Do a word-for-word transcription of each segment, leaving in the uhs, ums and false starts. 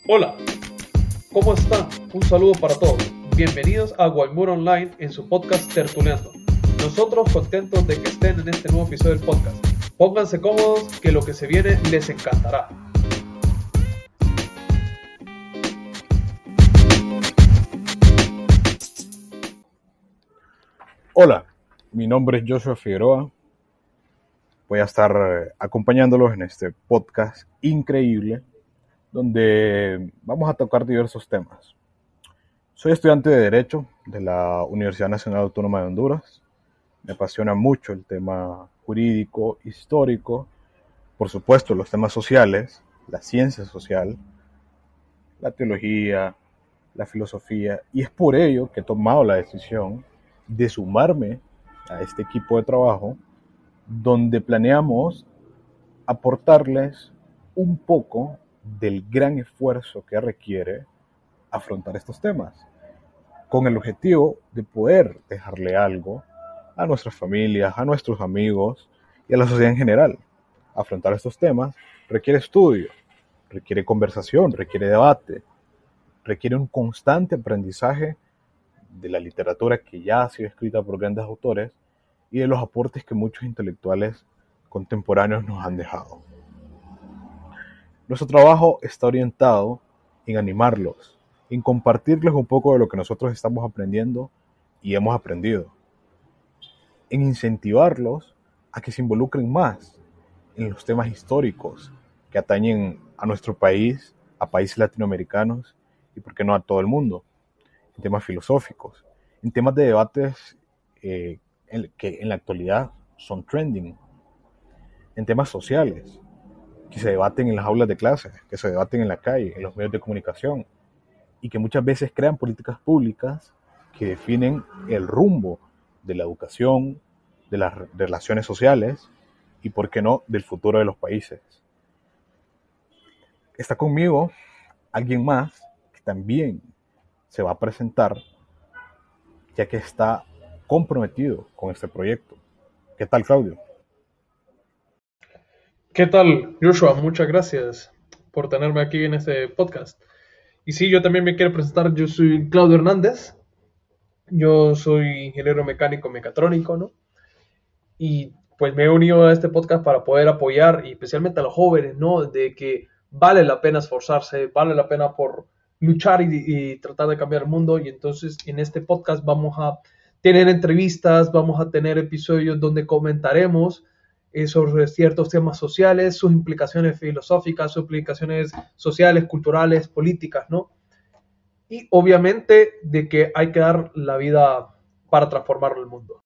Hola, ¿cómo están? Un saludo para todos. Bienvenidos a Guaymuro Online en su podcast Tertuleando. Nosotros contentos de que estén en este nuevo episodio del podcast. Pónganse cómodos que lo que se viene les encantará. Hola, mi nombre es Joshua Figueroa. Voy a estar eh, acompañándolos en este podcast increíble donde vamos a tocar diversos temas. Soy estudiante de Derecho de la Universidad Nacional Autónoma de Honduras. Me apasiona mucho el tema jurídico, histórico, por supuesto los temas sociales, la ciencia social, la teología, la filosofía, y es por ello que he tomado la decisión de sumarme a este equipo de trabajo donde planeamos aportarles un poco del gran esfuerzo que requiere afrontar estos temas, con el objetivo de poder dejarle algo a nuestras familias, a nuestros amigos y a la sociedad en general. Afrontar estos temas requiere estudio, requiere conversación, requiere debate, requiere un constante aprendizaje de la literatura que ya ha sido escrita por grandes autores y de los aportes que muchos intelectuales contemporáneos nos han dejado. Nuestro trabajo está orientado en animarlos, en compartirles un poco de lo que nosotros estamos aprendiendo y hemos aprendido, en incentivarlos a que se involucren más en los temas históricos que atañen a nuestro país, a países latinoamericanos y, por qué no, a todo el mundo, en temas filosóficos, en temas de debates eh, en, que en la actualidad son trending, en temas sociales, que se debaten en las aulas de clase, que se debaten en la calle, en los medios de comunicación, y que muchas veces crean políticas públicas que definen el rumbo de la educación, de las relaciones sociales y, por qué no, del futuro de los países. Está conmigo alguien más que también se va a presentar, ya que está comprometido con este proyecto. ¿Qué tal, Claudio? ¿Qué tal, Joshua? Muchas gracias por tenerme aquí en este podcast. Y sí, yo también me quiero presentar. Yo soy Claudio Hernández. Yo soy ingeniero mecánico mecatrónico, ¿no? Y pues me he unido a este podcast para poder apoyar, y especialmente a los jóvenes, ¿no? De que vale la pena esforzarse, vale la pena por luchar y, y tratar de cambiar el mundo. Y entonces en este podcast vamos a tener entrevistas, vamos a tener episodios donde comentaremos eh, sobre ciertos temas sociales, sus implicaciones filosóficas, sus implicaciones sociales, culturales, políticas, ¿no? Y obviamente de que hay que dar la vida para transformar el mundo.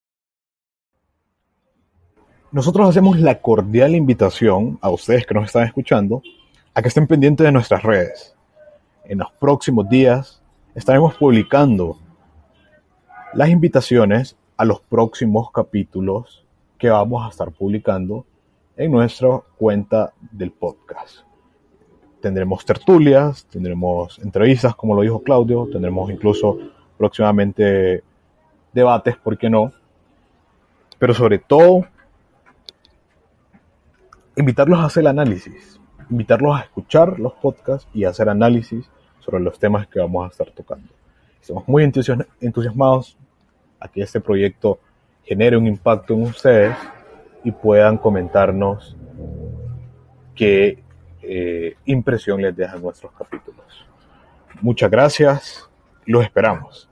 Nosotros hacemos la cordial invitación a ustedes que nos están escuchando a que estén pendientes de nuestras redes. En los próximos días estaremos publicando las invitaciones a los próximos capítulos que vamos a estar publicando en nuestra cuenta del podcast. Tendremos tertulias, tendremos entrevistas, como lo dijo Claudio, tendremos incluso próximamente debates, ¿por qué no? Pero sobre todo, invitarlos a hacer el análisis, invitarlos a escuchar los podcasts y a hacer análisis sobre los temas que vamos a estar tocando. Estamos muy entusiasmados a que este proyecto genere un impacto en ustedes y puedan comentarnos qué eh, impresión les dejan nuestros capítulos. Muchas gracias, los esperamos.